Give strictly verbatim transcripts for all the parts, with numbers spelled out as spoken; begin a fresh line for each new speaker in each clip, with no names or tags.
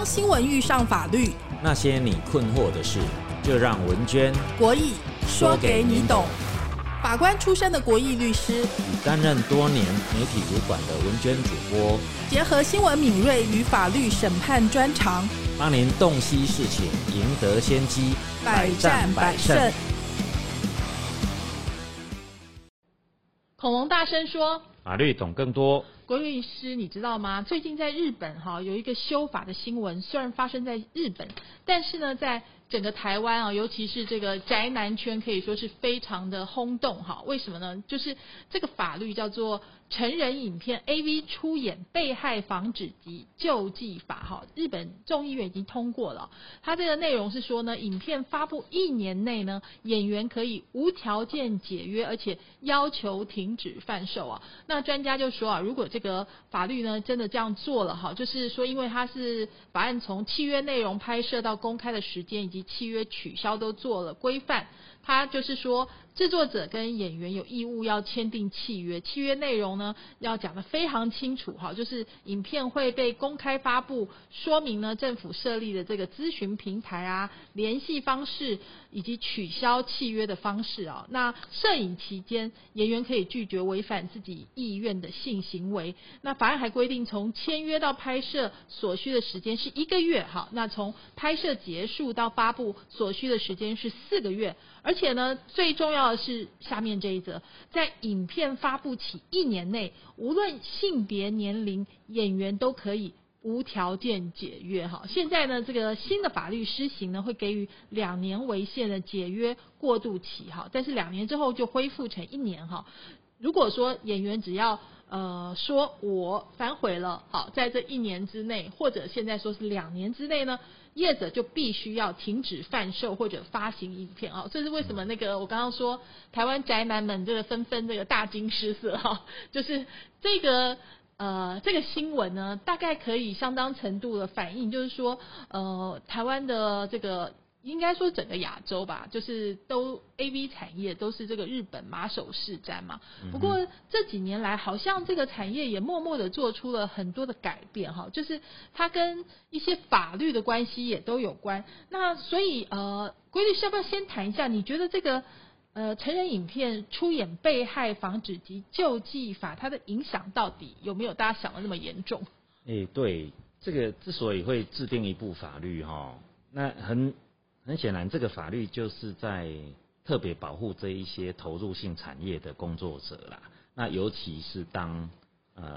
当新闻遇上法律，
那些你困惑的事，就让文娟、
国义说给你懂。法官出身的国义律师
与担任多年媒体主管的文娟主播，
结合新闻敏锐与法律审判专长，
帮您洞悉事情，赢得先机，
百战百胜。恐龙大声说，
法律懂更多。
国律师，你知道吗？最近在日本哈有一个修法的新闻，虽然发生在日本，但是呢，在整个台湾啊，尤其是这个宅男圈，可以说是非常的轰动哈。为什么呢？就是这个法律叫做成人影片 A V 出演被害防止及救济法哈，日本众议院已经通过了。它这个内容是说呢，影片发布一年内呢，演员可以无条件解约，而且要求停止贩售啊。那专家就说啊，如果这个法律呢真的这样做了哈，就是说因为它是法案从契约内容拍摄到公开的时间以及契约取消都做了规范，它就是说制作者跟演员有义务要签订契约，契约内容呢要讲得非常清楚哈，就是影片会被公开发布，说明呢政府设立的这个咨询平台啊、联系方式以及取消契约的方式啊。那摄影期间，演员可以拒绝违反自己意愿的性行为。那法案还规定，从签约到拍摄所需的时间是一个月哈，那从拍摄结束到发布所需的时间是四个月。而且呢，最重要的是下面这一则，在影片发布起一年内，无论性别、年龄，演员都可以无条件解约哈。现在呢，这个新的法律施行呢，会给予两年为限的解约过渡期哈，但是两年之后就恢复成一年哈。如果说演员只要呃说我反悔了，好，在这一年之内，或者现在说是两年之内呢，业者就必须要停止贩售或者发行影片啊。这是为什么那个我刚刚说台湾宅男们这个纷纷这个大惊失色哈，就是这个呃这个新闻呢，大概可以相当程度的反映，就是说呃台湾的这个。应该说整个亚洲吧，就是都 A V 产业都是这个日本马首是瞻嘛。不过这几年来，好像这个产业也默默的做出了很多的改变哈，就是它跟一些法律的关系也都有关。那所以呃，郭律师要不要先谈一下，你觉得这个呃成人影片出演被害防止及救济法，它的影响到底有没有大家想的那么严重？
哎，对，这个之所以会制定一部法律哈，那很。很显然，这个法律就是在特别保护这一些投入性产业的工作者啦。那尤其是当呃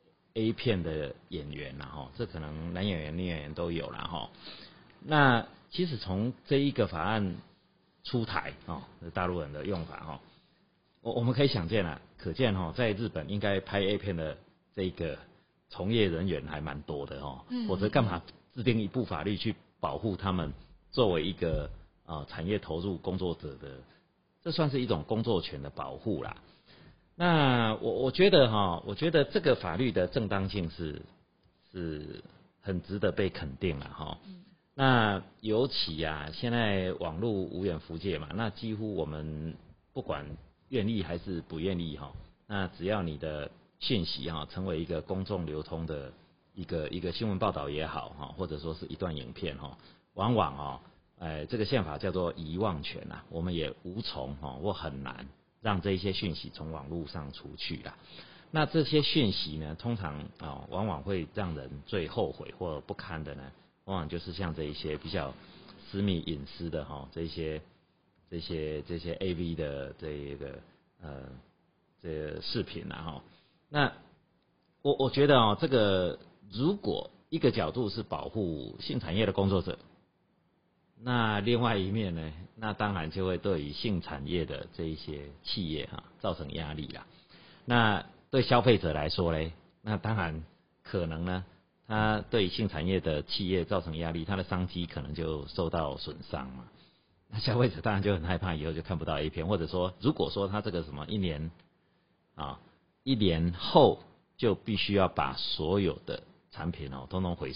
A 片的演员啦哈，这可能男演员、女演员都有啦哈。那其实从这一个法案出台哦，大陆人的用法哈，我我们可以想见啦，可见哈，在日本应该拍 A 片的这个从业人员还蛮多的哦，嗯，否则干嘛制定一部法律去保护他们？作为一个呃产业投入工作者的，这算是一种工作权的保护啦。那我我觉得哈，我觉得这个法律的正当性是是很值得被肯定了哈。嗯、那尤其啊，现在网络无远弗届嘛，那几乎我们不管愿意还是不愿意哈，那只要你的讯息哈成为一个公众流通的一个一个新闻报道也好哈，或者说是一段影片哈。往往哦，呃，这个宪法叫做遗忘权啊，我们也无从哦，或很难让这些讯息从网络上出去啦。那这些讯息呢，通常哦，往往会让人最后悔或不堪的呢，往往就是像这一些比较私密隐私的哈、哦，这些这些这些 A V 的这一个呃这个视频啦哈。那我我觉得哦，这个如果一个角度是保护性产业的工作者。那另外一面呢，那当然就会对于性产业的这一些企业哈造成压力啦。那对消费者来说呢，那当然可能呢，他对性产业的企业造成压力，他的商机可能就受到损伤嘛。那消费者当然就很害怕，以后就看不到 A 片，或者说，如果说他这个什么一年啊，一年后就必须要把所有的产品哦，通通回收，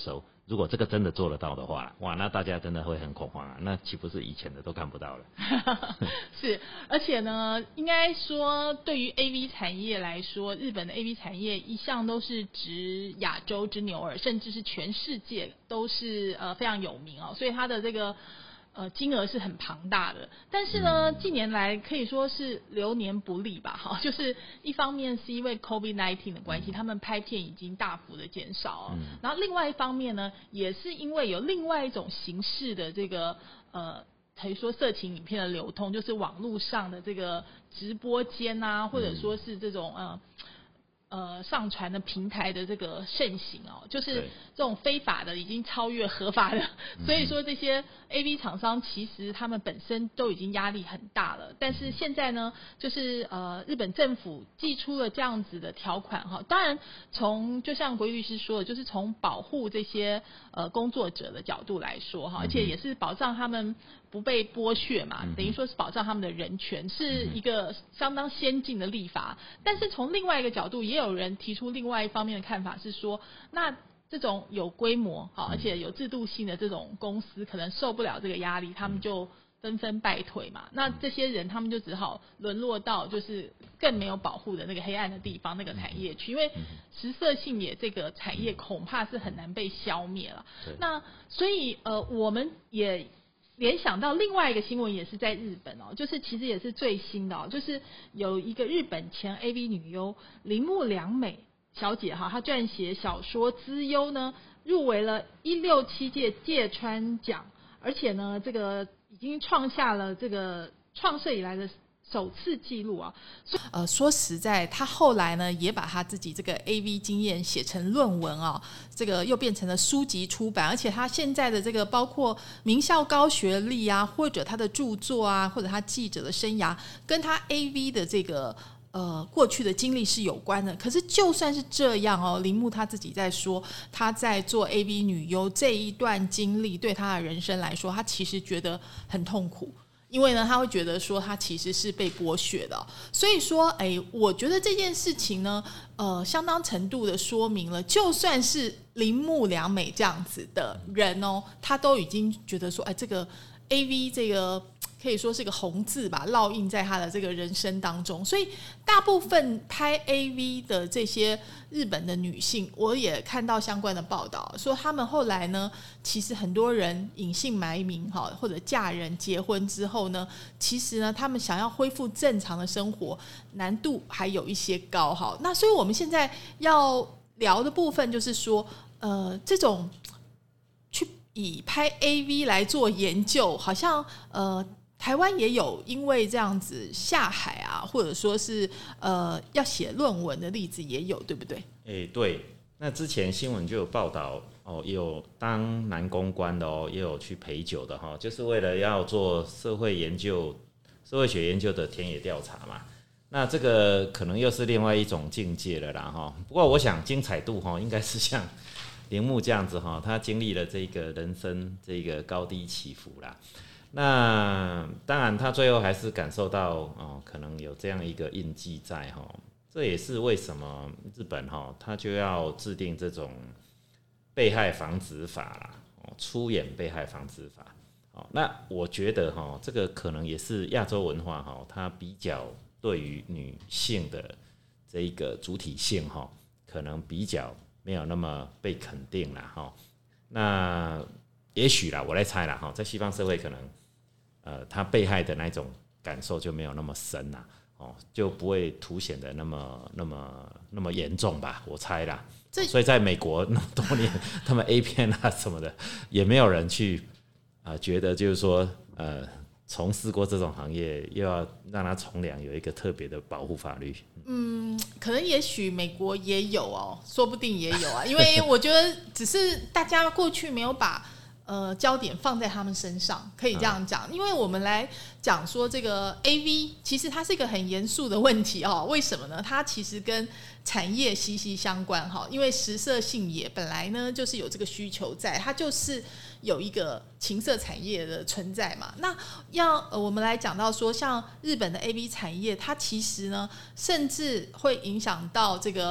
如果这个真的做得到的话，哇，那大家真的会很恐慌啊，那岂不是以前的都看不到了？
是，而且呢，应该说对于 A V 产业来说，日本的 A V 产业一向都是值亚洲之牛耳，甚至是全世界都是呃非常有名哦，所以它的这个呃金额是很庞大的。但是呢，近年来可以说是流年不利吧，哈，就是一方面是因为 COVID 十九 的关系，他们拍片已经大幅的减少，嗯，然后另外一方面呢，也是因为有另外一种形式的这个呃。可以说色情影片的流通，就是网络上的这个直播间啊，或者说是这种呃呃上传的平台的这个盛行哦，就是这种非法的已经超越合法的，所以说这些 A V 厂商其实他们本身都已经压力很大了，但是现在呢，就是呃日本政府祭出了这样子的条款哈，当然从就像国义律师说的，就是从保护这些呃工作者的角度来说哈，而且也是保障他们不被剥削嘛，等于说是保障他们的人权，是一个相当先进的立法。但是从另外一个角度，也有人提出另外一方面的看法是说，那这种有规模好而且有制度性的这种公司，可能受不了这个压力，他们就纷纷败退嘛。那这些人他们就只好沦落到就是更没有保护的那个黑暗的地方，那个产业区，因为食色性也这个产业恐怕是很难被消灭了。那所以呃，我们也联想到另外一个新闻，也是在日本哦，就是其实也是最新的哦，就是有一个日本前 A V 女优铃木良美小姐哈，她撰写小说《资优》呢，入围了一六七届芥川奖，而且呢，这个已经创下了这个创设以来的首次记录啊。呃，说实在，他后来呢也把他自己这个 A V 经验写成论文啊，这个又变成了书籍出版，而且他现在的这个包括名校高学历啊，或者他的著作啊，或者他记者的生涯，跟他 A V 的这个呃过去的经历是有关的。可是就算是这样哦，铃木他自己在说，他在做 A V 女优这一段经历对他的人生来说，他其实觉得很痛苦。因为呢，他会觉得说他其实是被剥削的，所以说，哎，我觉得这件事情呢，呃，相当程度的说明了，就算是铃木良美这样子的人哦，他都已经觉得说，哎，这个 A V 这个可以说是个红字吧，烙印在他的这个人生当中。所以大部分拍 A V 的这些日本的女性，我也看到相关的报道，说他们后来呢，其实很多人隐姓埋名哈，或者嫁人结婚之后呢，其实呢，他们想要恢复正常的生活，难度还有一些高哈。那所以我们现在要聊的部分就是说，呃，这种去以拍 A V 来做研究，好像呃。台湾也有因为这样子下海啊，或者说是呃要写论文的例子也有，对不对？
欸，对，那之前新闻就有报道哦，也有当男公关的哦，也有去陪酒的哈，就是为了要做社会研究、社会学研究的田野调查嘛。那这个可能又是另外一种境界了啦哈。不过我想精彩度哈，应该是像铃木这样子哈，他经历了这个人生这个高低起伏啦。那当然，他最后还是感受到哦，可能有这样一个印记在哈。这也是为什么日本哈，他就要制定这种被害防止法啦，哦，出演被害防止法。哦，那我觉得哈，这个可能也是亚洲文化哈，它比较对于女性的这一个主体性哈，可能比较没有那么被肯定啦哈。那也许啦，我来猜啦哈，在西方社会可能。呃，他被害的那种感受就没有那么深啦，哦，就不会凸显的那么、那么、那么严重吧，我猜啦。所以在美国那么多年，他们 A 片啊什么的，也没有人去啊、呃，觉得就是说，呃，从事过这种行业，又要让他从良，有一个特别的保护法律。
嗯，可能也许美国也有哦，说不定也有啊，因为我觉得只是大家过去没有把。呃，焦点放在他们身上，可以这样讲，因为我们来讲说这个 A V， 其实它是一个很严肃的问题哦。为什么呢？它其实跟产业息息相关哈，因为食色性也本来呢就是有这个需求在，它就是有一个情色产业的存在嘛。那要、呃、我们来讲到说，像日本的 A V 产业，它其实呢，甚至会影响到这个。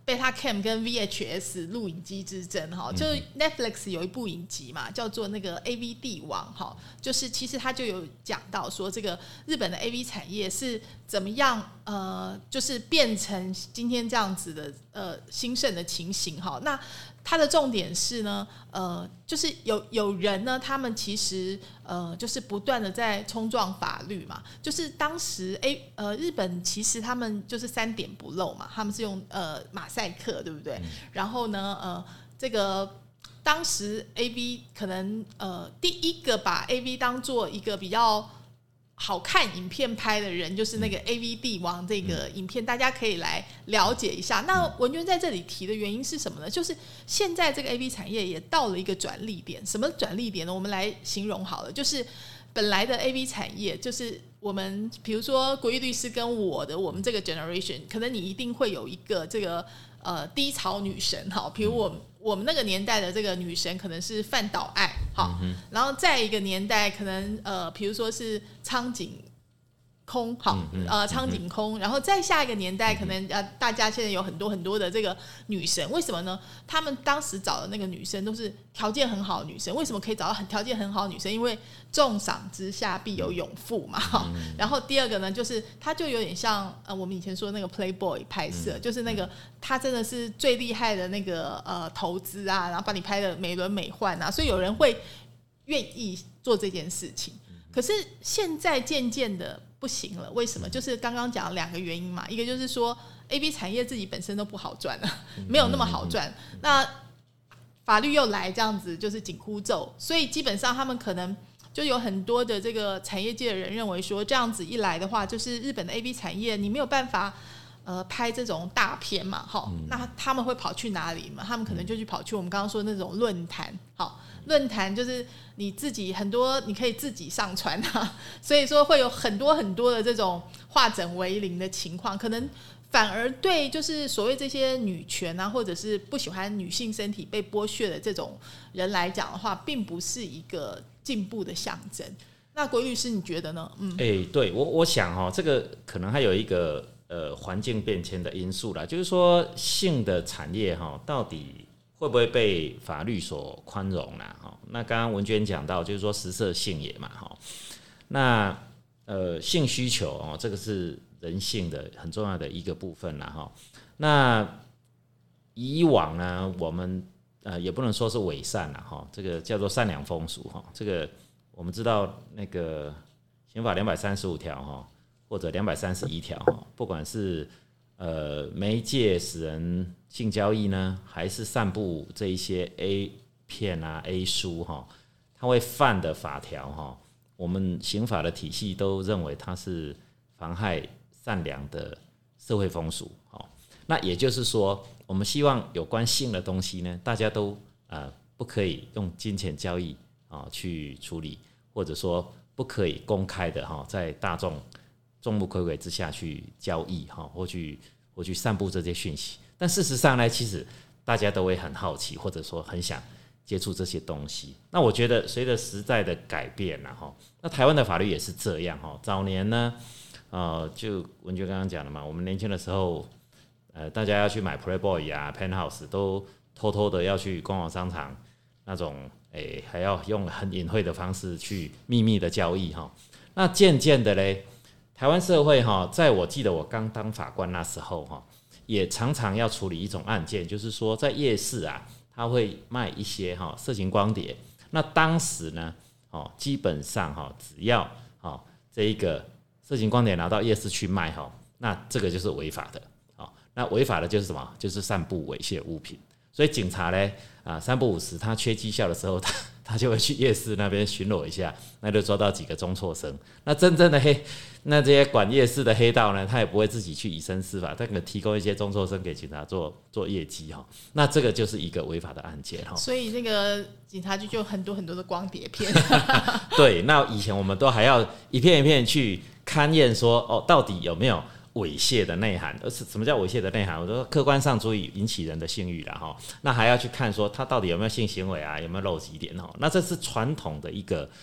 Betacam 跟 V H S 录影机之争哈，就是 Netflix 有一部影集嘛，叫做那个 A V 帝王哈，就是其实他就有讲到说这个日本的 A V 产业是怎么样呃，就是变成今天这样子的呃兴盛的情形哈。那它的重点是呢，呃，就是有有人呢，他们其实呃，就是不断的在冲撞法律嘛。就是当时 A 呃，日本其实他们就是三点不漏嘛，他们是用呃马赛克，对不对？嗯、然后呢，呃，这个当时 A V 可能呃第一个把 A V 当做一个比较好看影片拍的人，就是那个 A V 帝王这个影片，大家可以来了解一下。那文娟在这里提的原因是什么呢？就是现在这个 A V 产业也到了一个转捩点。什么转捩点呢？我们来形容好了，就是本来的 A V 产业，就是我们比如说国义律师跟我的我们这个 generation， 可能你一定会有一个这个呃低潮女神哈，比如我们。我们那个年代的这个女神可能是范岛爱，好、嗯，然后再一个年代可能呃，比如说是苍井空，好，嗯、呃，苍井空，然后再下一个年代可能呃，大家现在有很多很多的这个女神，为什么呢？他们当时找的那个女生都是条件很好的女生，为什么可以找到很条件很好的女生？因为重赏之下必有勇妇嘛。嗯、然后第二个呢，就是它就有点像呃，我们以前说那个 Playboy 拍摄，嗯、就是那个他真的是最厉害的那个呃投资啊，然后把你拍的美轮美奂啊，所以有人会愿意做这件事情。可是现在渐渐的不行了，为什么？就是刚刚讲了两个原因嘛，一个就是说 A V 产业自己本身都不好赚了，没有那么好赚，那法律又来这样子就是紧箍咒，所以基本上他们可能就有很多的这个产业界的人认为说，这样子一来的话，就是日本的 A V 产业你没有办法呃拍这种大片嘛，好，那他们会跑去哪里嘛？他们可能就去跑去我们刚刚说的那种论坛，好。论坛就是你自己很多你可以自己上传啊，所以说会有很多很多的这种化整为零的情况，可能反而对就是所谓这些女权啊，或者是不喜欢女性身体被剥削的这种人来讲的话，并不是一个进步的象征。那国律师你觉得呢？嗯，
欸、对我我想哦，这个可能还有一个呃环境变迁的因素啦，就是说性的产业哈，到底会不会被法律所宽容啦？那刚刚文娟讲到，就是说食色性也嘛，那呃性需求哦，这个是人性的很重要的一个部分啦哈。那以往呢，我们呃也不能说是伪善啦哈，这个叫做善良风俗哈。这个我们知道那个刑法两百三十五条哈，或者两百三十一条哈，不管是呃媒介使人性交易呢，还是散布这一些 A 片啊 A 书哈，它会犯的法条哈，我们刑法的体系都认为它是妨害善良的社会风俗。那也就是说，我们希望有关性的东西呢，大家都呃不可以用金钱交易啊去处理，或者说不可以公开的哈，在大众众目睽睽之下去交易哈，或去或去散布这些讯息。但事实上呢，其实大家都会很好奇，或者说很想接触这些东西。那我觉得随着时代的改变啦哈，那台湾的法律也是这样哈。早年呢，呃，就文娟刚刚讲了嘛，我们年轻的时候。呃，大家要去买 Playboy 啊 Penthouse 都偷偷的要去逛逛商场，那种诶、欸、还要用很隐晦的方式去秘密的交易哈。那渐渐的嘞，台湾社会哈，在我记得我刚当法官那时候哈，也常常要处理一种案件，就是说在夜市啊，他会卖一些哈色情光碟。那当时呢，哦，基本上哈，只要哦这一个色情光碟拿到夜市去卖哈，那这个就是违法的。那违法的就是什么？就是散布猥亵物品。所以警察呢，啊，三不五时，他缺绩效的时候，他他就会去夜市那边巡逻一下，那就抓到几个中辍生。那真正的黑，那这些管夜市的黑道呢，他也不会自己去以身试法，他可能提供一些中辍生给警察做做业绩哈。那这个就是一个违法的案件哈。
所以那个警察局就有很多很多的光碟片。
对，那以前我们都还要一片一片去勘验说，哦，到底有没有猥亵的内涵。而什么叫猥亵的内涵？我说客观上足以引起人的性欲啦齁，那还要去看说他到底有没有性行为啊，有没有露几点齁。那这是传统的一个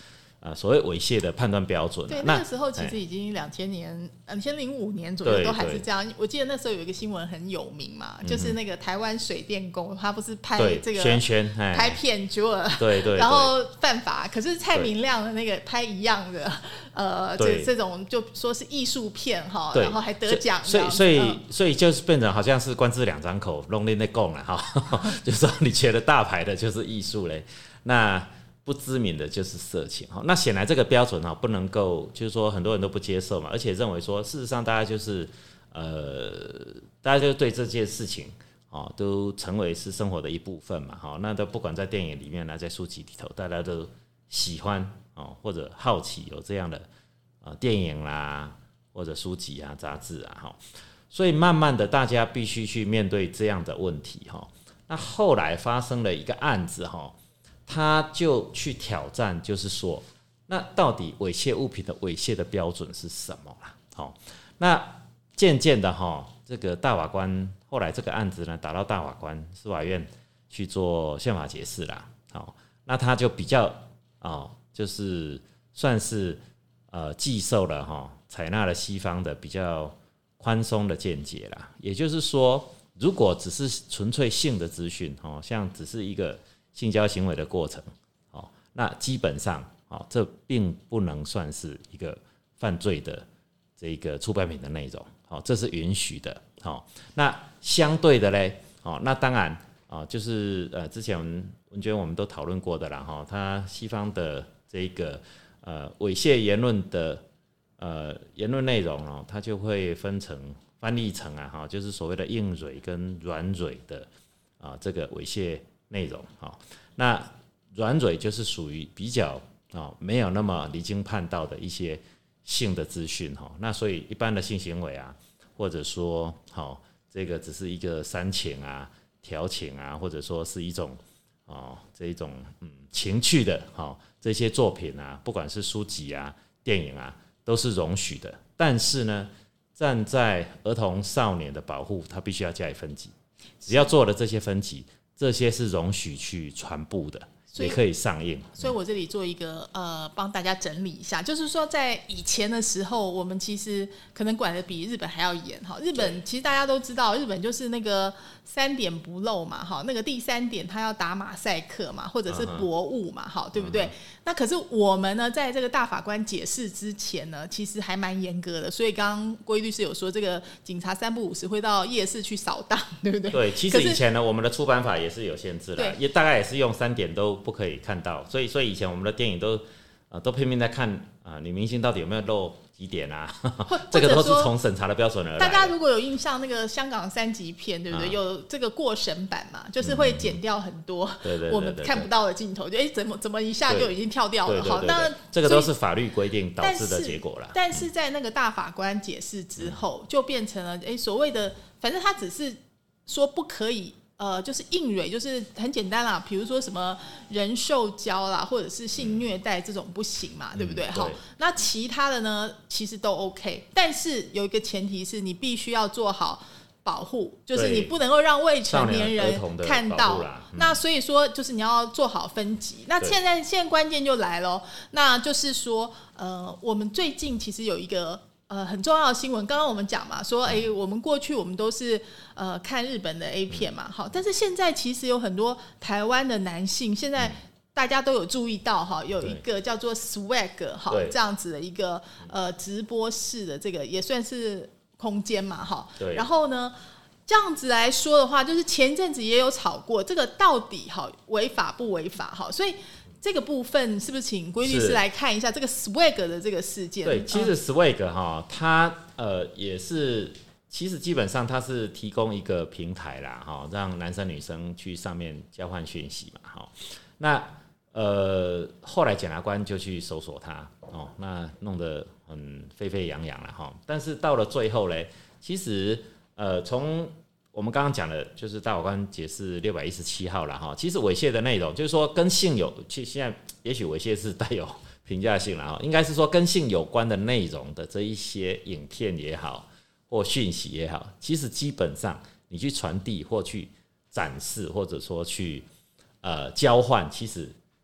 呃所谓猥亵的判断标准。
对，那个时候其实已经两千年、两千零五年左右都还是这样。我记得那时候有一个新闻很有名嘛，嗯、就是那个台湾水电工，他不是拍这个
轩轩
拍片，结果
对 对, 对，
然后犯法，可是蔡明亮的那个拍一样的，呃，这这种就说是艺术片哈，然后还得奖，
所以所以、嗯、所以就是变成好像是官字两张口，弄在那供了哈，就是说你觉得大牌的就是艺术嘞，那不知名的就是色情。那显然这个标准不能够，就是说很多人都不接受嘛，而且认为说事实上大家就是呃，大家就对这件事情都成为是生活的一部分嘛。那都不管在电影里面在书籍里头，大家都喜欢或者好奇有这样的电影啦，或者书籍啊、杂志啊，所以慢慢的大家必须去面对这样的问题。那后来发生了一个案子，他就去挑战，就是说，那到底猥亵物品的猥亵的标准是什么啦？好，那渐渐的哈，这个大法官后来这个案子呢，打到大法官司法院去做宪法解释啦。好，那他就比较哦，就是算是呃接受了哈，采纳了西方的比较宽松的见解啦。也就是说，如果只是纯粹性的资讯，哦，像只是一个性交行为的过程，哦，那基本上，哦，这并不能算是一个犯罪的这个出版品的内容，哦，这是允许的，哦。那相对的嘞，哦，那当然，哦，就是呃，之前文娟我们都讨论过的啦，哈，哦，它西方的这个呃猥亵言论的呃言论内容哦，它就会分成翻译成啊，哈，就是所谓的硬蕊跟软蕊的啊这个猥亵内容。那软蕊就是属于比较没有那么离经叛道的一些性的资讯，那所以一般的性行为啊，或者说这个只是一个煽情啊、调情啊，或者说是一种这一种情趣的这些作品啊，不管是书籍啊、电影啊，都是容许的。但是呢，站在儿童少年的保护，它必须要加以分级，只要做了这些分级，这些是容许去传播的，也可以上映。
所以我这里做一个呃，帮大家整理一下，就是说在以前的时候，我们其实可能管得比日本还要严哈。日本其实大家都知道，日本就是那个三点不漏嘛，哈，那个第三点他要打马赛克嘛，或者是博物嘛，哈，对不对？那可是我们呢，在这个大法官解释之前呢，其实还蛮严格的。所以刚刚郭律师有说，这个警察三不五时会到夜市去扫荡，对不对？
对，其实以前呢，我们的出版法也是有限制的，也大概也是用三点都不可以看到。所以，所以以前我们的电影都呃都拼命在看啊、呃，女明星到底有没有露几点啊？这个都是从审查的标准而来的。
大家如果有印象，那个香港三级片，对不对？啊、有这个过审版嘛，就是会剪掉很多我们看不到的镜头，就哎怎么怎么一下就已经跳掉了。好，当然
这个都是法律规定导致的结果啦。
但是在那个大法官解释之后，嗯、就变成了哎所谓的，反正他只是说不可以。呃，就是硬蕊，就是很简单啦，比如说什么人兽交啦，或者是性虐待这种不行嘛，嗯、对不对？好，那其他的呢，其实都 OK， 但是有一个前提是你必须要做好保护，就是你不能够让未成年人看到。嗯、那所以说，就是你要做好分级。那现在现在关键就来了，那就是说，呃，我们最近其实有一个。呃，很重要的新闻，刚刚我们讲嘛，说，哎、欸，我们过去我们都是呃看日本的 A 片嘛，好，但是现在其实有很多台湾的男性，现在大家都有注意到哈，有一个叫做 Swag 哈这样子的一个呃直播室的这个也算是空间嘛，哈，然后呢，这样子来说的话，就是前阵子也有吵过，这个到底哈违法不违法哈，所以。这个部分是不是请郭律师来看一下这个 Swag 的这个事件？
对，其实 Swag 哈，它呃也是，其实基本上它是提供一个平台啦，哈，让男生女生去上面交换讯息嘛，哈。那呃后来检察官就去搜索它，哦，那弄得很沸沸扬扬了哈。但是到了最后嘞，其实呃从我们刚刚讲的就是大法官解释六百一十七号了哈，其实猥亵的内容就是说跟性有，其实现在也许猥亵是带有评价性了哈，应该是说跟性有关的内容的这一些影片也好或讯息也好，其实基本上你去传递或去展示或者说去呃交换，其实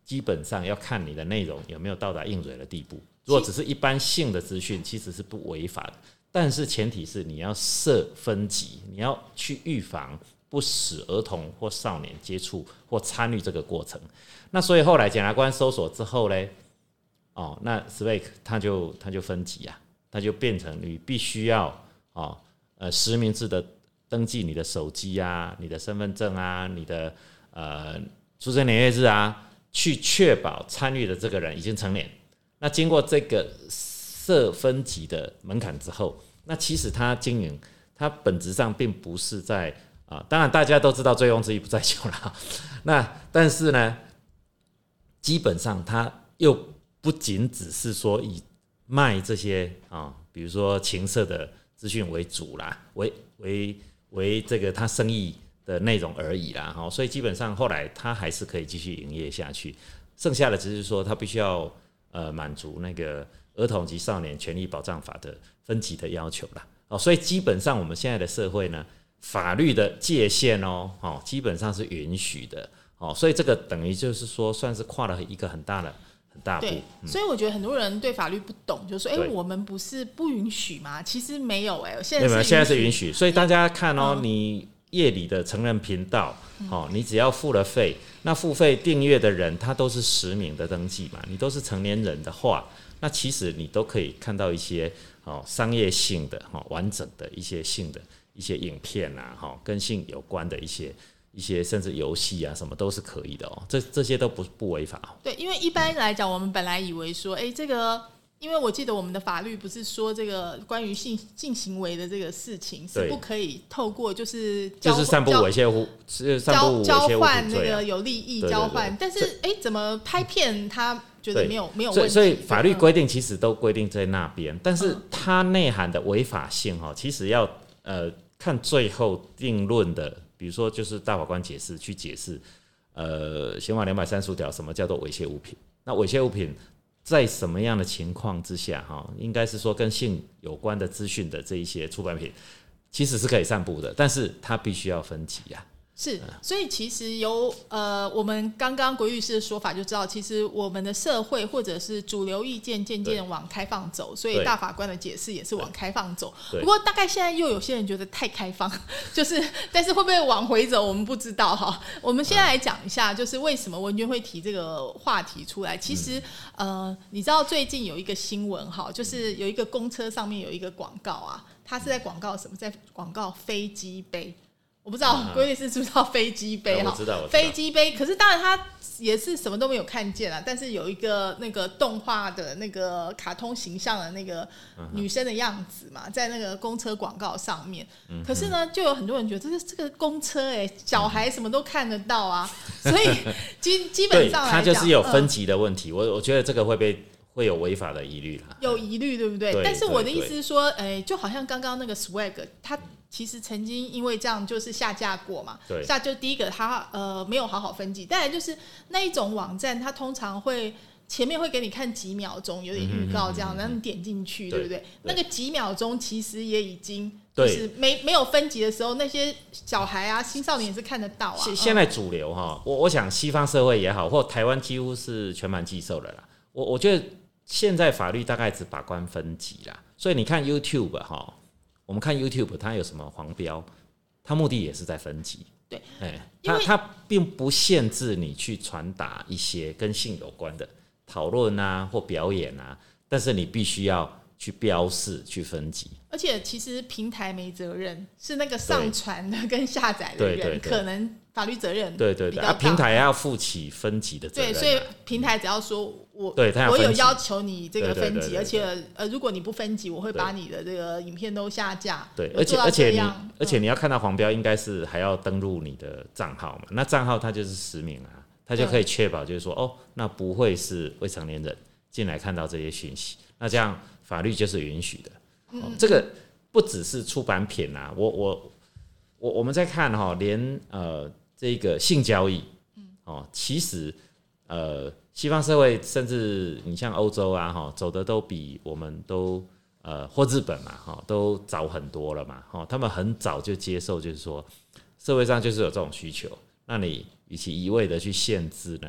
基本上要看你的内容有没有到达硬蕊的地步。如果只是一般性的资讯，其实是不违法的，但是前提是你要设分级，你要去预防不使儿童或少年接触或参与这个过程。那所以后来检察官搜索之后呢，哦，那 S W A C 它就它就分级啊，它就变成你必须要哦呃实名制的登记你的手机啊、你的身份证啊、你的呃出生年月日啊，去确保参与的这个人已经成年。那经过这个设分级的门槛之后，那其实它经营，它本质上并不是在啊，当然大家都知道醉翁之意不在酒啦。那但是呢，基本上它又不仅只是说以卖这些啊，比如说情色的资讯为主啦，为为为这个它生意的内容而已啦。哈，所以基本上后来它还是可以继续营业下去，剩下的只是说它必须要。呃，满足那个儿童及少年权利保障法的分级的要求啦。哦，所以基本上我们现在的社会呢，法律的界限哦，哦，基本上是允许的。哦，所以这个等于就是说，算是跨了一个很大的很大步。
对，嗯、所以我觉得很多人对法律不懂，就说：“哎、欸，我们不是不允许吗？”其实没有哎、欸，现在是
现在是允许。所以大家看哦，嗯、你夜里的成人频道。哦，你只要付了费，那付费订阅的人，他都是实名的登记嘛，你都是成年人的话，那其实你都可以看到一些哦商业性的、哦完整的一些性的一些影片啊，哈、哦，跟性有关的一些一些甚至游戏啊，什么都是可以的哦，这这些都不不违法、哦。
对，因为一般来讲，我们本来以为说，哎，这个。因为我记得我们的法律不是说这个关于性性行为的这个事情是不可以透过就是
就是散布猥亵物，是散布猥亵物
交换那个有利益交换，但是哎，怎么拍片他觉得没有没有问题？
所以法律规定其实都规定在那边，但是它内涵的违法性哈，其实要呃看最后定论的，比如说就是大法官解释去解释，呃，刑法两百三十五条什么叫做猥亵物品？那猥亵物品。在什么样的情况之下，应该是说跟性有关的资讯的这一些出版品，其实是可以散布的，但是它必须要分级啊。
是，所以其实由呃，我们刚刚国律师的说法就知道，其实我们的社会或者是主流意见渐渐往开放走，所以大法官的解释也是往开放走。不过大概现在又有些人觉得太开放，就是但是会不会往回走，我们不知道哈。我们现在来讲一下，就是为什么文娟会提这个话题出来。其实、嗯、呃，你知道最近有一个新闻哈，就是有一个公车上面有一个广告啊，它是在广告什么？在广告飞机杯。我不知道龟律师知不知道飞机杯哈、
啊？我知道，
飞机杯。可是当然它也是什么都没有看见啊，但是有一个那个动画的那个卡通形象的那个女生的样子嘛，在那个公车广告上面。嗯、可是呢，就有很多人觉得这个这个公车哎、欸，小孩什么都看得到啊，所以基基本上来讲，
它就是有分级的问题。嗯、我我觉得这个会被。会有违法的疑虑啦，
有疑虑对不对？但是我的意思是说，哎，就好像刚刚那个 swag， 它其实曾经因为这样就是下架过嘛。
对，
下就第一个它呃没有好好分级，再来就是那一种网站，它通常会前面会给你看几秒钟，有点预告这样，然后你点进去，对不对？那个几秒钟其实也已经就是没没有分级的时候，那些小孩啊、青少年也是看得到啊。
现在主流哈，我我想西方社会也好，或台湾几乎是全盘寄售了啦。我我觉得。现在法律大概只把关分级啦，所以你看 YouTube 哈，我们看 YouTube 它有什么黄标，它目的也是在分级。
对，
哎，它它并不限制你去传达一些跟性有关的讨论啊或表演啊，但是你必须要去标示去分级。
而且其实平台没责任，是那个上传的跟下载的人对对对可能法律责任
对对对、啊、平台要负起分级的责任、啊、
对，所以平台只要说我对我有要求你这个分级，而且呃，如果你不分级，我会把你的这个影片都下架。
对，而且而且你、嗯、而且你要看到黄标，应该是还要登录你的账号嘛？那账号它就是实名啊，它就可以确保就是说、嗯、哦，那不会是未成年人进来看到这些讯息，那这样法律就是允许的。哦、这个不只是出版品啊，我我我我们在看哈、哦，连呃这个性交易，哦，其实呃西方社会甚至你像欧洲啊哈，走的都比我们都呃或日本嘛哈都早很多了嘛哈，他们很早就接受就是说社会上就是有这种需求，那你与其一味的去限制呢，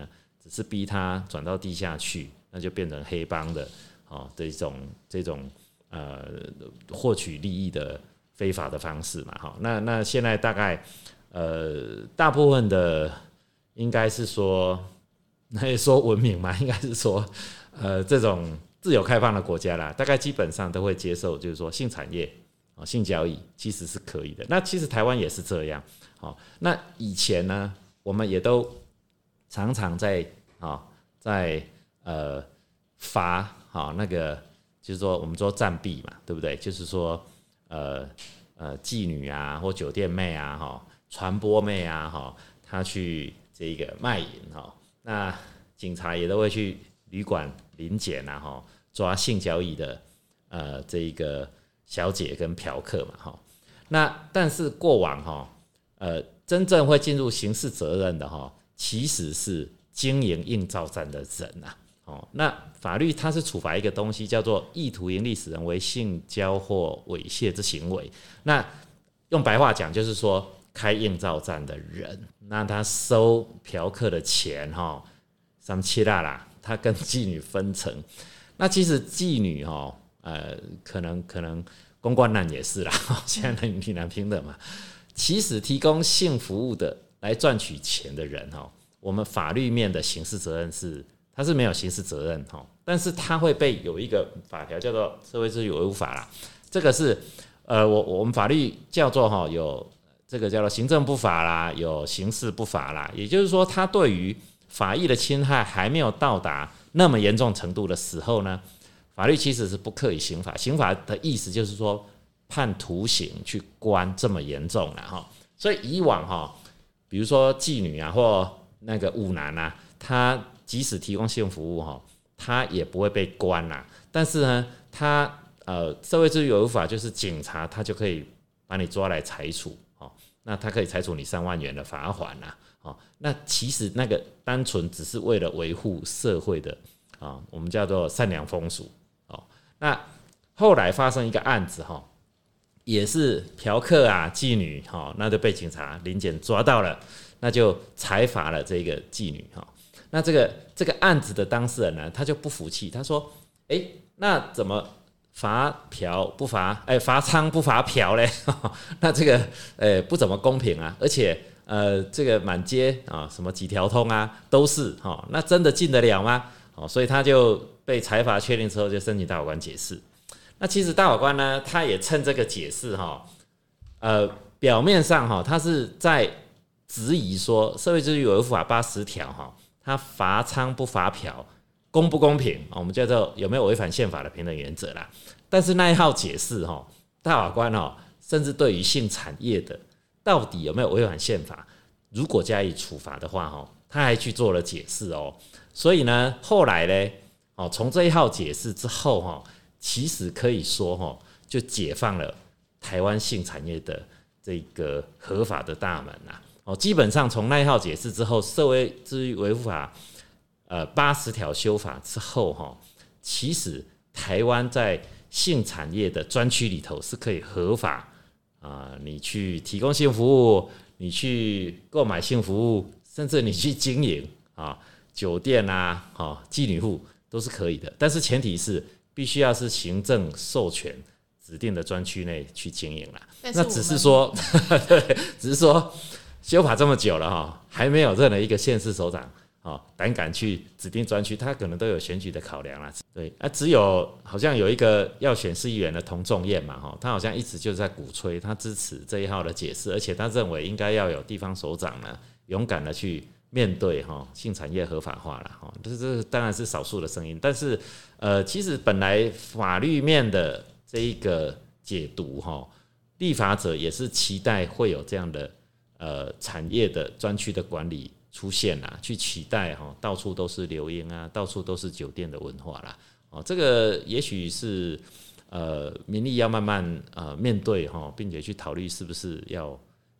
只是逼他转到地下去，那就变成黑帮的哦这种这种呃获取利益的非法的方式嘛。哈，那那现在大概呃大部分的应该是说，那说文明嘛，应该是说呃这种自由开放的国家啦，大概基本上都会接受，就是说性产业、性交易其实是可以的。那其实台湾也是这样。那以前呢，我们也都常常在在呃罚那个，就是说我们说战弊嘛，对不对？就是说呃呃妓女啊，或酒店妹啊，传播妹啊，她去这个卖淫，那警察也都会去旅馆临检啊，抓性交易的呃这一个小姐跟嫖客嘛，哈。那但是过往哈，呃，真正会进入刑事责任的哈，其实是经营应召站的人呐。哦，那法律它是处罚一个东西叫做意图营利使人为性交或猥亵之行为。那用白话讲就是说，开应召站的人，那他收嫖客的钱哈，三七啦啦，他跟妓女分成。那其实妓女哈，呃，可能可能公关难也是啦，现在男女平等平等嘛。其实提供性服务的来赚取钱的人哈，我们法律面的刑事责任是，他是没有刑事责任哈，但是他会被有一个法条叫做社会秩序维护法啦，这个是呃我我们法律叫做哈有这个叫做行政不法啦，有刑事不法啦，也就是说，他对于法益的侵害还没有到达那么严重程度的时候呢，法律其实是不课以刑罚。刑罚的意思就是说判徒刑去关这么严重了哈。所以以往哈，比如说妓女啊或那个舞男啊，他即使提供性服务哈，他也不会被关啦。但是呢，他呃社会秩序维护法就是警察他就可以把你抓来裁处，那他可以裁处你三万元的罚款啦。那其实那个单纯只是为了维护社会的啊，我们叫做善良风俗。那后来发生一个案子哈，也是嫖客啊、妓女哈，那就被警察临检抓到了，那就裁罚了这个妓女哈。那这个这个案子的当事人呢，他就不服气，他说：“哎、欸，那怎么罚嫖不罚？哎、欸，罚娼不罚嫖嘞？那这个呃、欸、不怎么公平啊！而且呃，这个满街啊，什么几条通啊，都是哈，那真的进得了吗？哦，所以他就被裁罚确定之后，就申请大法官解释。那其实大法官呢，他也趁这个解释哈，呃，表面上哈，他是在质疑说社会秩序维护法八十条哈，他罚娼不罚嫖，公不公平？我们叫做有没有违反宪法的平等原则啦。但是那一号解释哈，大法官哈，甚至对于性产业的到底有没有违反宪法，如果加以处罚的话哈，他还去做了解释哦。所以呢，后来呢，哦，从这一号解释之后哈，其实可以说哈，就解放了台湾性产业的这个合法的大门啦。哦，基本上从那一号解释之后，社会秩序维护法呃八十条修法之后哈，其实台湾在性产业的专区里头是可以合法啊、呃，你去提供性服务，你去购买性服务，甚至你去经营啊。酒店啊，哦，妓女户都是可以的，但是前提是必须要是行政授权指定的专区内去经营啦。那只是说，对，只是说修法这么久了哈，还没有任何一个县市首长哦胆敢去指定专区，他可能都有选举的考量啦。对啊，只有好像有一个要选市议员的童仲彦嘛，哈，他好像一直就是在鼓吹，他支持这一号的解释，而且他认为应该要有地方首长呢，勇敢的去面对性产业合法化了，这这当然是少数的声音，但是呃，其实本来法律面的这一个解读哈，立法者也是期待会有这样的呃产业的专区的管理出现啊，去取代哈到处都是流英啊，到处都是酒店的文化啦，哦，这个也许是呃民意要慢慢呃面对哈，并且去考虑是不是要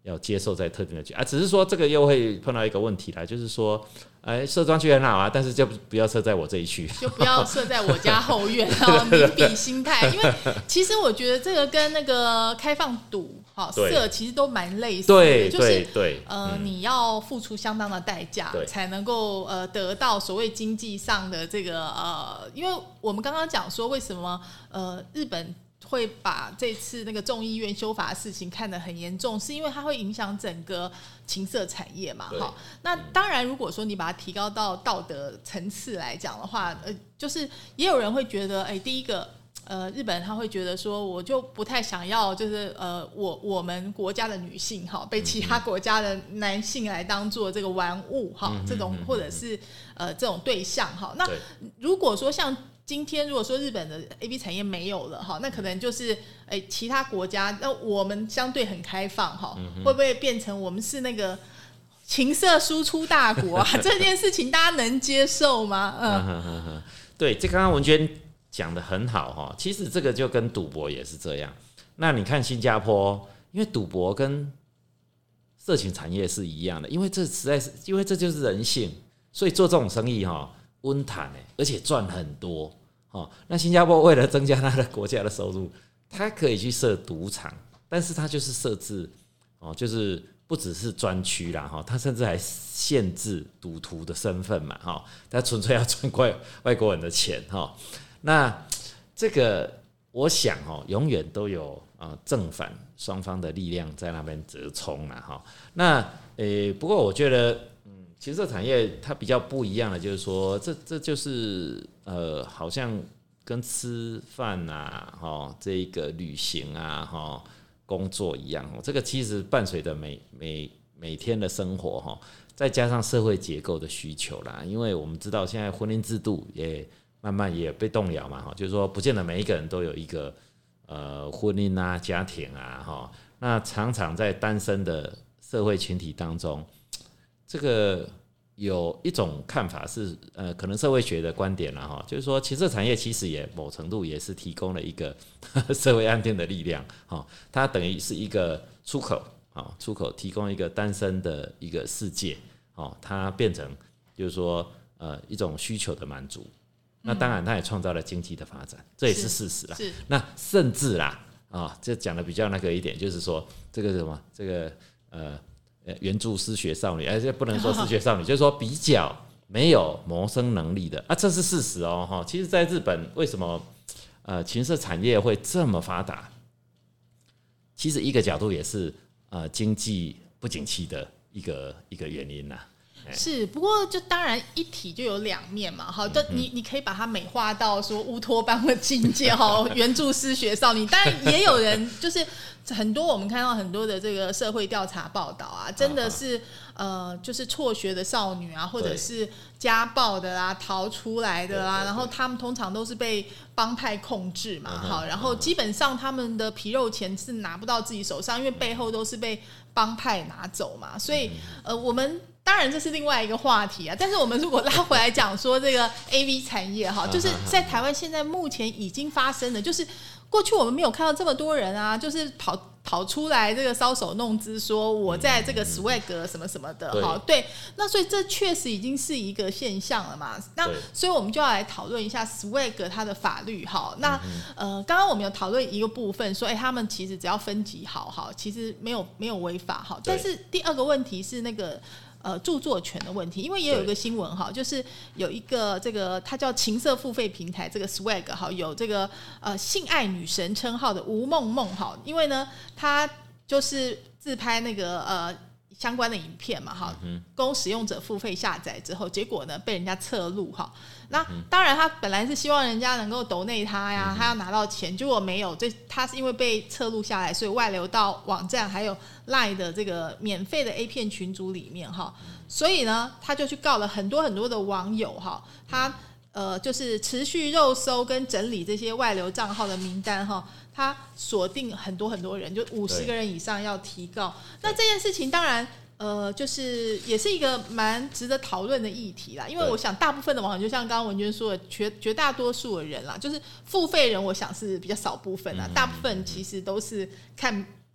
要接受在特定的区啊，只是说这个又会碰到一个问题啦，就是说，哎，设专区很好啊，但是就不要设在我这一区，
就不要设在我家后院哦，民比心态。因为其实我觉得这个跟那个开放赌好设其实都蛮类似的，
对
就是
对
呃、嗯，你要付出相当的代价才能够呃得到所谓经济上的这个呃，因为我们刚刚讲说为什么呃日本会把这次那个众议院修法的事情看得很严重，是因为它会影响整个情色产业嘛。好，那当然如果说你把它提高到道德层次来讲的话，呃，就是也有人会觉得，哎，第一个。呃，日本他会觉得说，我就不太想要，就是呃，我我们国家的女性哈，被其他国家的男性来当做这个玩物哈，这种或者是呃这种对象哈。那如果说像今天，如果说日本的 A V 产业没有了哈，那可能就是哎其他国家，那我们相对很开放哈，会不会变成我们是那个情色输出大国啊？这件事情大家能接受吗？嗯，
对，这刚刚文娟讲得很好哈，其实这个就跟赌博也是这样。那你看新加坡，因为赌博跟色情产业是一样的，因为这实在是，因为这就是人性，所以做这种生意哈，温谈哎，而且赚很多哦。那新加坡为了增加他的国家的收入，他可以去设赌场，但是他就是设置哦，就是不只是专区啦哈，他甚至还限制赌徒的身份嘛哈，他纯粹要赚外外国人的钱哈。那这个我想哦，永远都有呃正反双方的力量在那边折冲啦哈。那诶、欸，不过我觉得，嗯，情色产业它比较不一样的就是说，这这就是呃，好像跟吃饭啊、哈这个旅行啊、哈工作一样，这个其实伴随着每每每天的生活哈，再加上社会结构的需求啦，因为我们知道现在婚姻制度也慢慢也被动摇嘛，就是说不见得每一个人都有一个呃婚姻啊、家庭啊，哈，那常常在单身的社会群体当中，这个有一种看法是，呃，可能社会学的观点啦，哈，就是说情色产业其实也某程度也是提供了一个社会安定的力量，哈，它等于是一个出口，啊，出口提供一个单身的一个世界，哦，它变成就是说呃一种需求的满足。那当然，它也创造了经济的发展，这也是事实啦。那甚至啦，啊、哦，这讲的比较那个一点，就是说这个什么，这个呃原住失学少女，而且不能说失学少女，就是说比较没有谋生能力的啊，这是事实哦。哈，其实，在日本为什么呃情色产业会这么发达？其实一个角度也是呃经济不景气的一个一个原因呐。
是，不过就当然一体就有两面嘛，好，就你你可以把它美化到说乌托邦的境界哈，原住失学少女，当然也有人就是很多我们看到很多的这个社会调查报道啊，真的是呃就是辍学的少女啊，或者是家暴的啦、逃出来的啦，然后他们通常都是被帮派控制嘛，好，然后基本上他们的皮肉钱是拿不到自己手上，因为背后都是被帮派拿走嘛，所以呃我们。当然这是另外一个话题啊，但是我们如果拉回来讲说这个 A V 产业哈，就是在台湾现在目前已经发生的，就是过去我们没有看到这么多人啊，就是跑跑出来这个搔首弄姿，说我在这个 swag 什么什么的哈、嗯，对，那所以这确实已经是一个现象了嘛。那所以我们就要来讨论一下 swag 它的法律哈。那、嗯、呃，刚刚我们有讨论一个部分，说哎、欸，他们其实只要分级好哈，其实没有没有违法哈。但是第二个问题是那个。呃，著作权的问题，因为也有一个新闻哈，就是有一个这个它叫情色付费平台，这个 swag 哈，有这个呃性爱女神称号的吴梦梦哈，因为呢，她就是自拍那个呃相关的影片嘛哈，供使用者付费下载之后，结果呢被人家侧录哈。那当然，他本来是希望人家能够抖内他呀，他要拿到钱，结果没有。这他是因为被侧录下来，所以外流到网站还有 LINE 的这个免费的 A 片群组里面哈。所以呢，他就去告了很多很多的网友哈，他呃就是持续肉搜跟整理这些外流账号的名单哈，他锁定很多很多人，就五十个人以上要提告。那这件事情当然。呃，就是也是一个蛮值得讨论的议题啦，因为我想大部分的网友就像刚刚文娟说的，绝绝大多数的人啦，就是付费人，我想是比较少部分啦，大部分其实都是看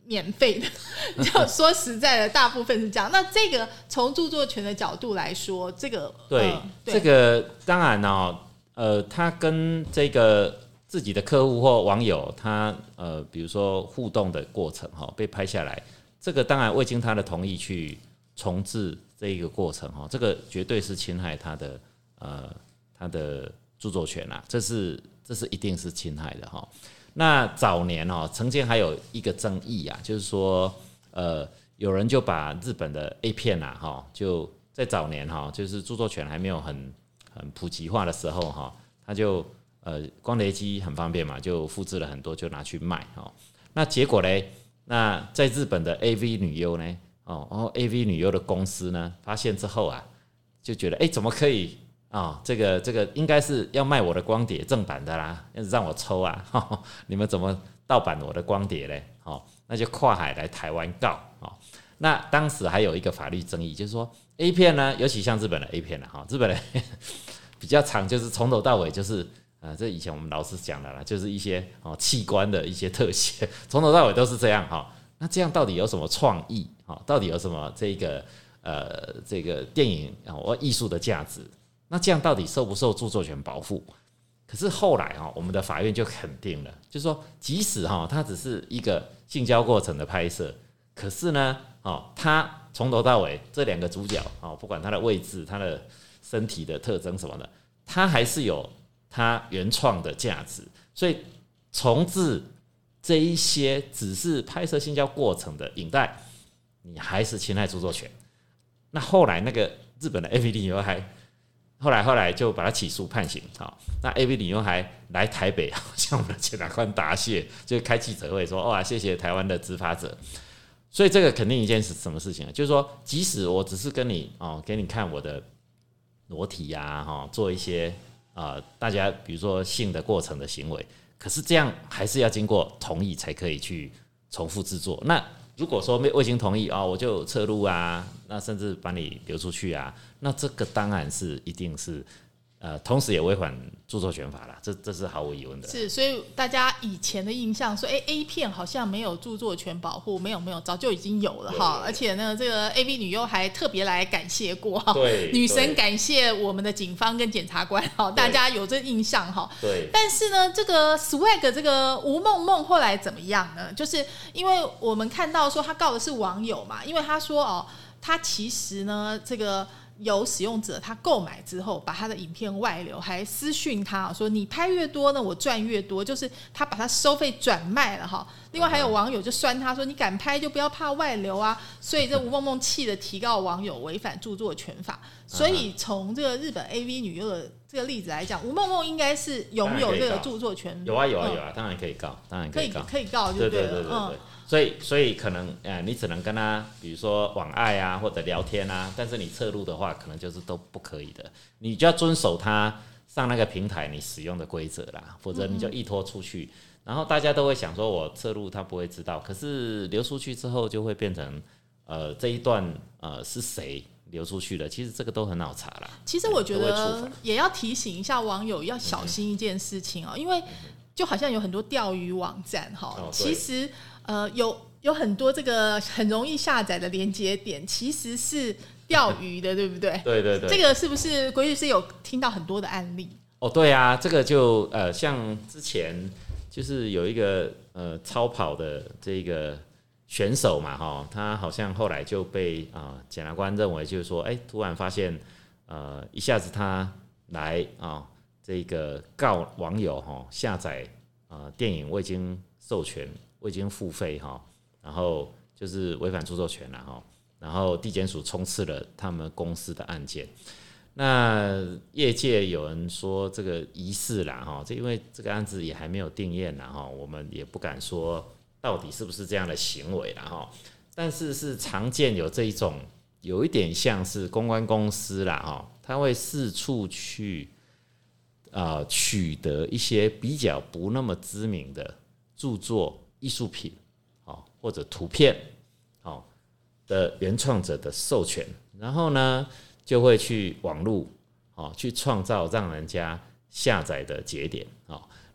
免费的，就说实在的，大部分是这样。那这个从著作权的角度来说，这个
对、呃、对这个当然哦，呃，他跟这个自己的客户或网友，他呃，比如说互动的过程哈、哦，被拍下来，这个当然未经他的同意去重置这一个过程哈、哦，这个绝对是侵害他的呃他的著作权啦，这是这是一定是侵害的哈、哦。那早年哦，曾经还有一个争议啊，就是说，呃，有人就把日本的 A 片啊，哈，就在早年哈，就是著作权还没有很很普及化的时候哈，他就呃光碟机很方便嘛，就复制了很多，就拿去卖哈。那结果嘞，那在日本的 A V 女优呢，哦，然后 A V 女优的公司呢，发现之后啊，就觉得哎、欸，怎么可以？啊、哦，这个这个应该是要卖我的光碟正版的啦，让我抽啊！呵呵你们怎么盗版我的光碟嘞？哦，那就跨海来台湾告哦。那当时还有一个法律争议，就是说 A 片呢，尤其像日本的 A 片啦，哈，日本的比较长，就是从头到尾就是啊、呃，这以前我们老师讲的啦，就是一些哦器官的一些特写，从头到尾都是这样哈、哦。那这样到底有什么创意？哦，到底有什么这个呃这个电影或艺术的价值？那这样到底受不受著作权保护？可是后来我们的法院就肯定了，就是说，即使它只是一个性交过程的拍摄，可是呢，它从头到尾这两个主角，不管他的位置、他的身体的特征什么的，它还是有它原创的价值。所以重置这一些只是拍摄性交过程的影带，你还是侵害著作权。那后来那个日本的 A V 女优还后来后来就把他起诉判刑，好，那 A V 女优还来台北向我们的检察官答谢，就开记者会说哇，谢谢台湾的执法者。所以这个肯定一件是什么事情呢？就是说，即使我只是跟你哦，给你看我的裸体啊，哈，做一些呃大家比如说性的过程的行为，可是这样还是要经过同意才可以去重复制作。那如果说未经同意啊、哦，我就侧录啊，那甚至把你流出去啊，那这个当然是一定是，呃，同时也违反著作权法啦，这这是毫无疑问的。
是，所以大家以前的印象说，哎 ，A 片好像没有著作权保护，没有没有，早就已经有了哈。而且呢，这个 A V 女优还特别来感谢过哈，
对，
女神感谢我们的警方跟检察官哈，大家有这印象哈。
对。
但是呢，这个 Swag 这个吴梦梦后来怎么样呢？就是因为我们看到说他告的是网友嘛，因为他说哦，他其实呢这个。有使用者他购买之后把他的影片外流，还私讯他说你拍越多呢我赚越多，就是他把他收费转卖了哈。另外还有网友就酸他说你敢拍就不要怕外流啊，所以这吴梦梦气的提告网友违反著作权法。所以从这个日本 A V 女优的这个例子来讲，吴梦梦应该是拥有这个著作权。
有啊有啊有啊，当然可以告，当然可以告，
可以告就对了。
对对对对对。嗯，所以，所以可能，呃，你只能跟他，比如说网爱啊，或者聊天啊，但是你侧录的话，可能就是都不可以的。你就要遵守他上那个平台你使用的规则啦，否则你就一拖出去，嗯、然后大家都会想说，我侧录他不会知道，可是流出去之后就会变成，呃，这一段呃是谁流出去的？其实这个都很好查啦。
其实我觉得也要提醒一下网友要小心一件事情哦、喔，因为就好像有很多钓鱼网站哈、喔，其实。呃，有有很多这个很容易下载的连结点，其实是钓鱼的，对不对？
对对对，
这个是不是郭律师有听到很多的案例？
哦，对啊，这个就呃，像之前就是有一个呃超跑的这个选手嘛，哈，他好像后来就被啊、呃、检察官认为就是说，哎、欸，突然发现呃一下子他来啊、呃、这个告网友哈下载啊、呃、电影未经授权。未经付费哈，然后就是违反著作权了哈，然后地检署冲刺了他们公司的案件。那业界有人说这个疑似啦哈，这因为这个案子也还没有定验啦哈，我们也不敢说到底是不是这样的行为啦哈。但是是常见有这一种，有一点像是公关公司啦哈，他会四处去呃取得一些比较不那么知名的著作。艺术品，或者图片的原创者的授权，然后呢，就会去网路去创造让人家下载的节点。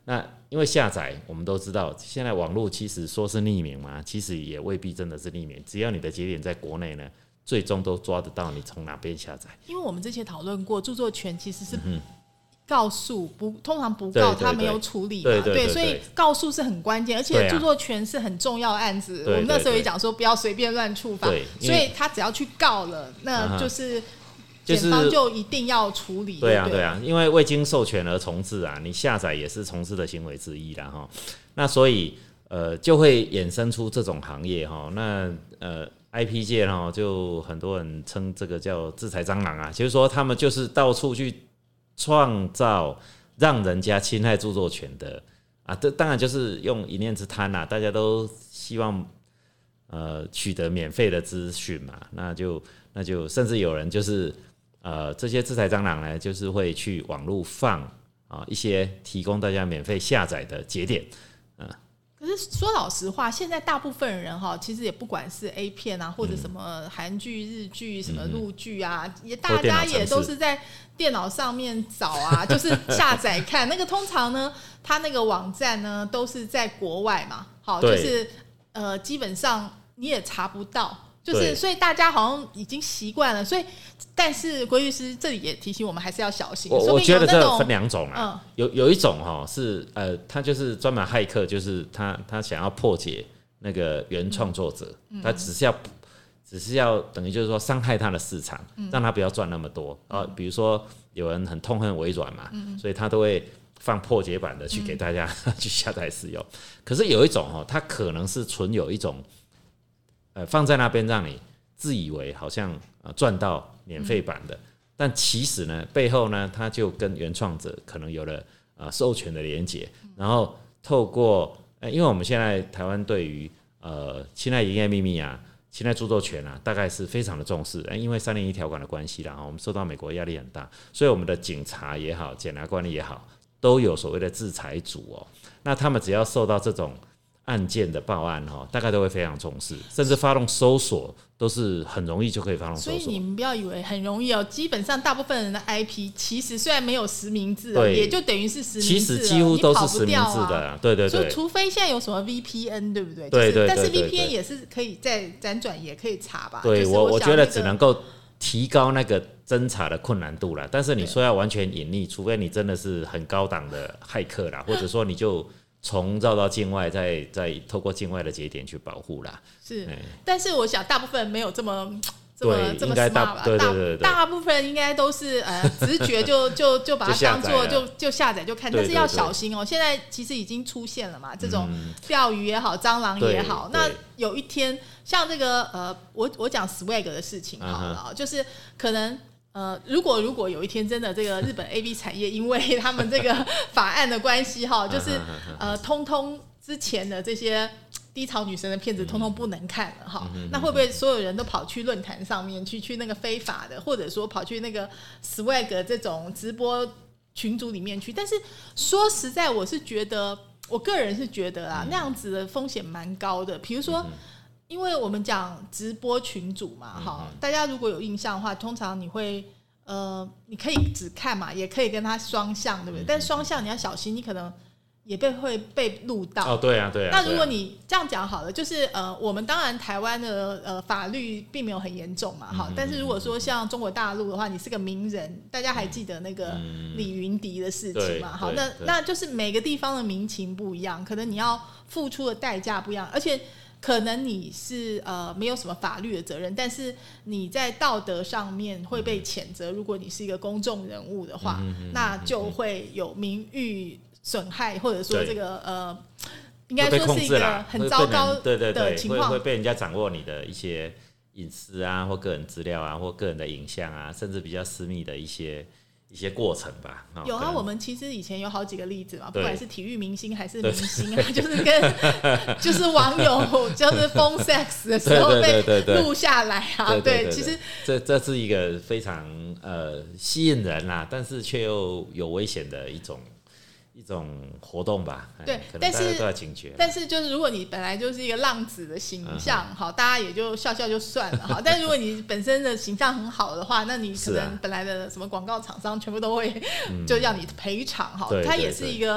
那因为下载我们都知道，现在网络其实说是匿名嘛，其实也未必真的是匿名，只要你的节点在国内呢，最终都抓得到你从哪边下载。
因为我们之前讨论过，著作权其实是告诉不通常不告他没有处理嘛，
对对 对, 对, 对, 对，
所以告诉是很关键，而且著作权是很重要的案子。
对对对，
我们那时候也讲说不要随便乱触法，所以他只要去告了，那就是检方就一定要处理。
对啊对啊，因为未经授权而重置啊，你下载也是重置的行为之一啦哈。那所以呃就会衍生出这种行业哈。那呃 I P 界哈，就很多人称这个叫制裁蟑螂啊，就是说他们就是到处去创造让人家侵害著作权的啊，这当然就是用一念之贪啦、啊，大家都希望呃取得免费的资讯嘛，那就那就甚至有人就是呃这些制裁蟑螂呢，就是会去网络放啊一些提供大家免费下载的节点，嗯、呃。
可是说老实话，现在大部分人哈，其实也不管是 A 片啊，或者什么韩剧、日剧、什么陆剧啊，也大家也都是在电脑上面找啊，就是下载看。那个通常呢，他那个网站呢都是在国外嘛，好，就是呃，基本上你也查不到。就是所以大家好像已经习惯了，所以但是郭律师这里也提醒我们还是要小心。
我我觉得这分两种啊，嗯、有有一种哈是呃，他就是专门骇客，就是他他想要破解那个原创作者，嗯、他只是要只是要等于就是说伤害他的市场，嗯、让他不要赚那么多啊。比如说有人很痛恨微软嘛，嗯、所以他都会放破解版的去给大家、嗯、去下载使用。可是有一种哈，他可能是存有一种。呃，放在那边让你自以为好像呃赚到免费版的，嗯、但其实呢，背后呢，它就跟原创者可能有了呃授权的连结，然后透过呃，因为我们现在台湾对于呃侵害营业秘密啊、侵害著作权啊，大概是非常的重视，因为三零一条款的关系啦，我们受到美国压力很大，所以我们的警察也好、检察官也好，都有所谓的制裁组哦，那他们只要受到这种案件的报案大概都会非常重视，甚至发动搜索都是很容易就可以发动搜索。
所以你们不要以为很容易哦，基本上大部分人的 I P 其实虽然没有实名制，也就等于是实名制了，
其实几乎都是实名制的、啊，对对对。
除非现在有什么 V P N， 对不对？
对对对对对。
但是 V P N 也是可以在辗转也可以查吧？
对，
就是、
我
我
觉得只能够提高那个侦查的困难度啦。但是你说要完全隐匿，除非你真的是很高档的骇客啦，或者说你就。从绕到境外，再再透过境外的节点去保护啦。
是，但是我想大部分人没有这么这么这么 smart 吧？
对对对对，
大部分人应该都是呃直觉就就就把它当做就就下载就看，但是要小心哦。现在其实已经出现了嘛，这种钓鱼也好，蟑螂也好，那有一天像这个呃，我我讲 swag 的事情好了，嗯、就是可能。呃，如果如果有一天真的这个日本 A V 产业因为他们这个法案的关系哈，就是呃，通通之前的这些低潮女生的片子通通不能看了哈，那会不会所有人都跑去论坛上面去去那个非法的，或者说跑去那个 swag 这种直播群组里面去？但是说实在，我是觉得，我个人是觉得啊，那样子的风险蛮高的，比如说。因为我们讲直播群组嘛，哈、嗯，大家如果有印象的话，通常你会呃，你可以只看嘛，也可以跟他双向，对不对？嗯、但双向你要小心，你可能也被会被录到。
哦，对啊，对啊。
那如果你这样讲好了，就是呃，我们当然台湾的呃法律并没有很严重嘛，哈、嗯。但是如果说像中国大陆的话，你是个名人，大家还记得那个李云迪的事情嘛？好、嗯，那那就是每个地方的民情不一样，可能你要付出的代价不一样，而且。可能你是呃没有什么法律的责任，但是你在道德上面会被谴责。如果你是一个公众人物的话，嗯、那就会有名誉损害，或者说这个呃，应该说是一个很糟糕的情况，
会被人家掌握你的一些隐私啊，或个人资料啊，或个人的影像啊，甚至比较私密的一些。一些过程吧，
有啊，我们其实以前有好几个例子嘛，不管是体育明星还是明星啊，就是跟就是网友就是疯 sex 的时候被录下来啊，对, 对, 对, 对, 对，其实
这这是一个非常呃吸引人啦，但是却又有危险的一种。一种活动吧，
对，
可能大家都要警觉。
但是就是如果你本来就是一个浪子的形象，好、嗯，大家也就笑笑就算了哈。但如果你本身的形象很好的话，那你可能本来的什么广告厂商全部都会就要你赔偿哈。它也是一个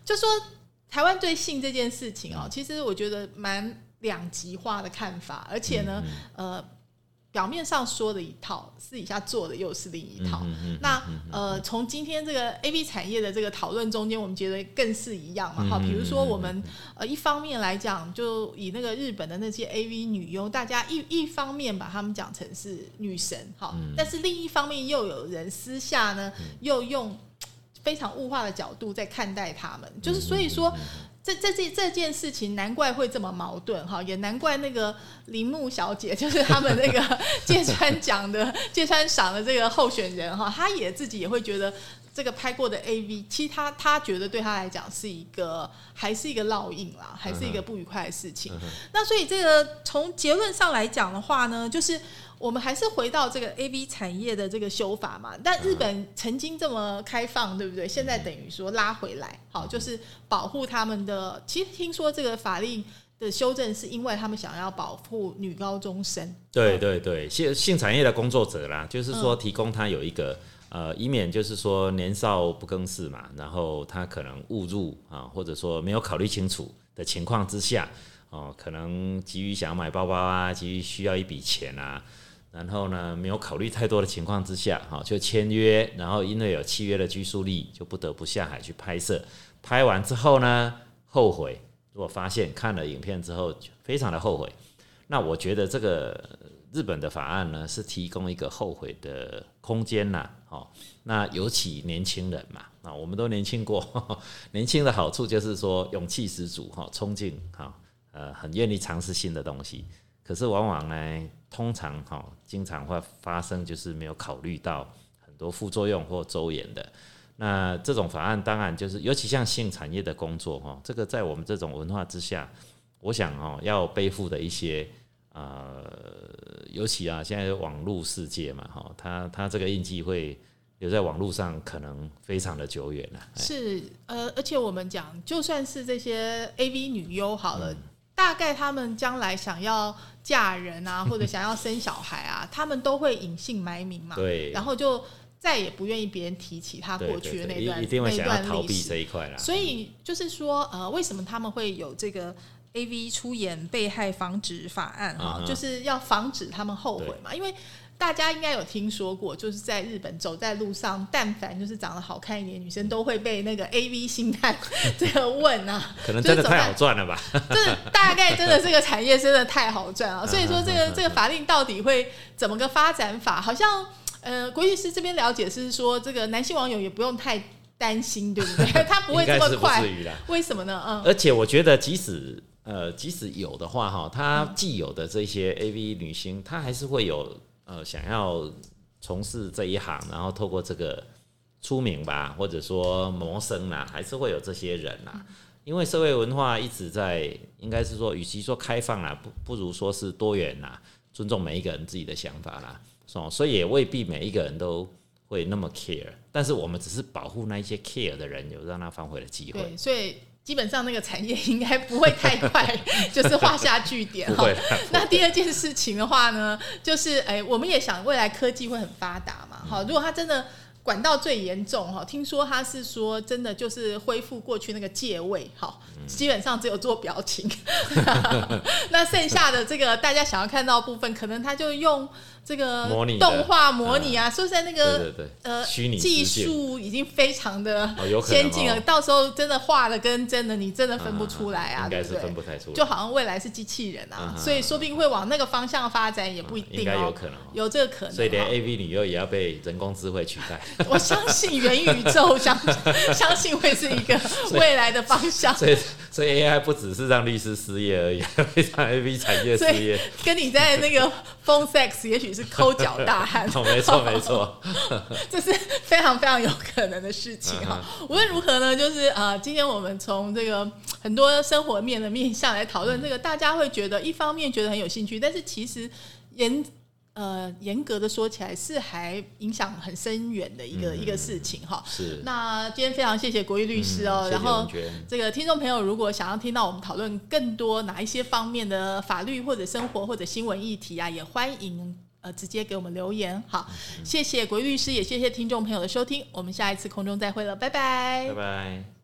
就说台湾对性这件事情哦，其实我觉得蛮两极化的看法，而且呢，嗯、呃。表面上说的一套，私底下做的又是另一套。嗯嗯、那呃，从今天这个 A V 产业的这个讨论中间，我们觉得更是一样嘛。好、嗯，比如说我们呃一方面来讲，就以那个日本的那些 A V 女优，大家一一方面把他们讲成是女神，好、嗯，但是另一方面又有人私下呢，又用非常物化的角度在看待他们，就是所以说。这这这这件事情难怪会这么矛盾哈，也难怪那个铃木小姐就是他们那个芥川奖的芥川赏的这个候选人哈，她也自己也会觉得这个拍过的 A V， 其实他他觉得对他来讲是一个还是一个烙印啦，还是一个不愉快的事情。嗯、那所以这个从结论上来讲的话呢，就是我们还是回到这个 A V 产业的这个修法嘛。但日本曾经这么开放，对不对？现在等于说拉回来，好，就是保护他们的。其实听说这个法令的修正是因为他们想要保护女高中生。
对对对，性性产业的工作者啦，就是说提供他有一个。呃，以免就是说年少不更事嘛，然后他可能误入啊，或者说没有考虑清楚的情况之下，哦，可能急于想要买包包啊，急于需要一笔钱啊，然后呢没有考虑太多的情况之下，哈，就签约，然后因为有契约的拘束力，就不得不下海去拍摄。拍完之后呢，后悔，如果发现看了影片之后非常的后悔，那我觉得这个日本的法案呢是提供一个后悔的空间啦。哦，那尤其年轻人嘛，啊，我们都年轻过，呵呵年轻的好处就是说勇气十足，哈，冲劲，哈，呃，很愿意尝试新的东西。可是往往呢，通常哈，经常会发生就是没有考虑到很多副作用或周延的。那这种法案当然就是，尤其像性产业的工作，哈，这个在我们这种文化之下，我想哦，要背负的一些。呃，尤其啊，现在网络世界嘛，哈，它它这个印记会留在网络上，可能非常的久远了。
是，呃，而且我们讲，就算是这些 A V 女优好了，嗯、大概他们将来想要嫁人啊，或者想要生小孩啊，他们都会隐姓埋名嘛，
对，
然后就再也不愿意别人提起他过去的那段，对对对，
一定会想要逃避这一块啦。
所以就是说，呃，为什么他们会有这个？A V 出演被害防止法案哈， uh-huh. 就是要防止他们后悔嘛，因为大家应该有听说过，就是在日本走在路上，但凡就是长得好看一点的女生，都会被那个 A V 星探这个问啊，
可能真的太好赚了吧？
就是大概真的这个产业真的太好赚了，所以说这个这个法令到底会怎么个发展法？好像呃，国律师这边了解是说，这个男性网友也不用太担心，对不对？他不会这么快，为什么呢？嗯，
而且我觉得即使。呃，即使有的话哈，他既有的这些 A V 女星，她还是会有呃想要从事这一行，然后透过这个出名吧，或者说谋生啦，还是会有这些人啦。因为社会文化一直在，应该是说，与其说开放啦，不不如说是多元啦，尊重每一个人自己的想法啦，所以也未必每一个人都会那么 care， 但是我们只是保护那一些 care 的人，有让他发挥的机会。
对，所以。基本上那个产业应该不会太快就是画下句点
不会。
那第二件事情的话呢，就是哎，我们也想未来科技会很发达嘛，好，如果它真的管到最严重哈，听说他是说真的就是恢复过去那个借位，好，基本上只有做表情，那剩下的这个大家想要看到的部分，可能他就用这个动画模拟啊，说实在那个、嗯、对对对呃虚拟技术已经非常的先进了、哦哦，到时候真的画的跟真的你真的分不出来啊，
应该是分不太出来，
就好像未来是机器人啊，嗯、所以说不定会往那个方向发展，也不一定、哦，
应该有可能、哦，
有这个可能，
所以连 A V 女优也要被人工智慧取代。
我相信元宇宙相相信会是一个未来的方向，
所以所以 A I 不只是让律师失业而已，会让 A V 产业失业。
跟你在那个 phone sex 也许是抠脚大汉。
哦，没错没错，
这是非常非常有可能的事情哈。无论如何呢，就是呃，今天我们从这个很多生活面的面向来讨论这个，大家会觉得一方面觉得很有兴趣，但是其实严呃严格的说起来是还影响很深远的一个、嗯、一个事情哈。
是。
那今天非常谢谢国玉律师哦，
嗯、
然后这个听众朋友如果想要听到我们讨论更多哪一些方面的法律或者生活或者新闻议题啊，也欢迎呃直接给我们留言。好，嗯、谢谢国玉律师，也谢谢听众朋友的收听，我们下一次空中再会了，拜拜，
拜拜。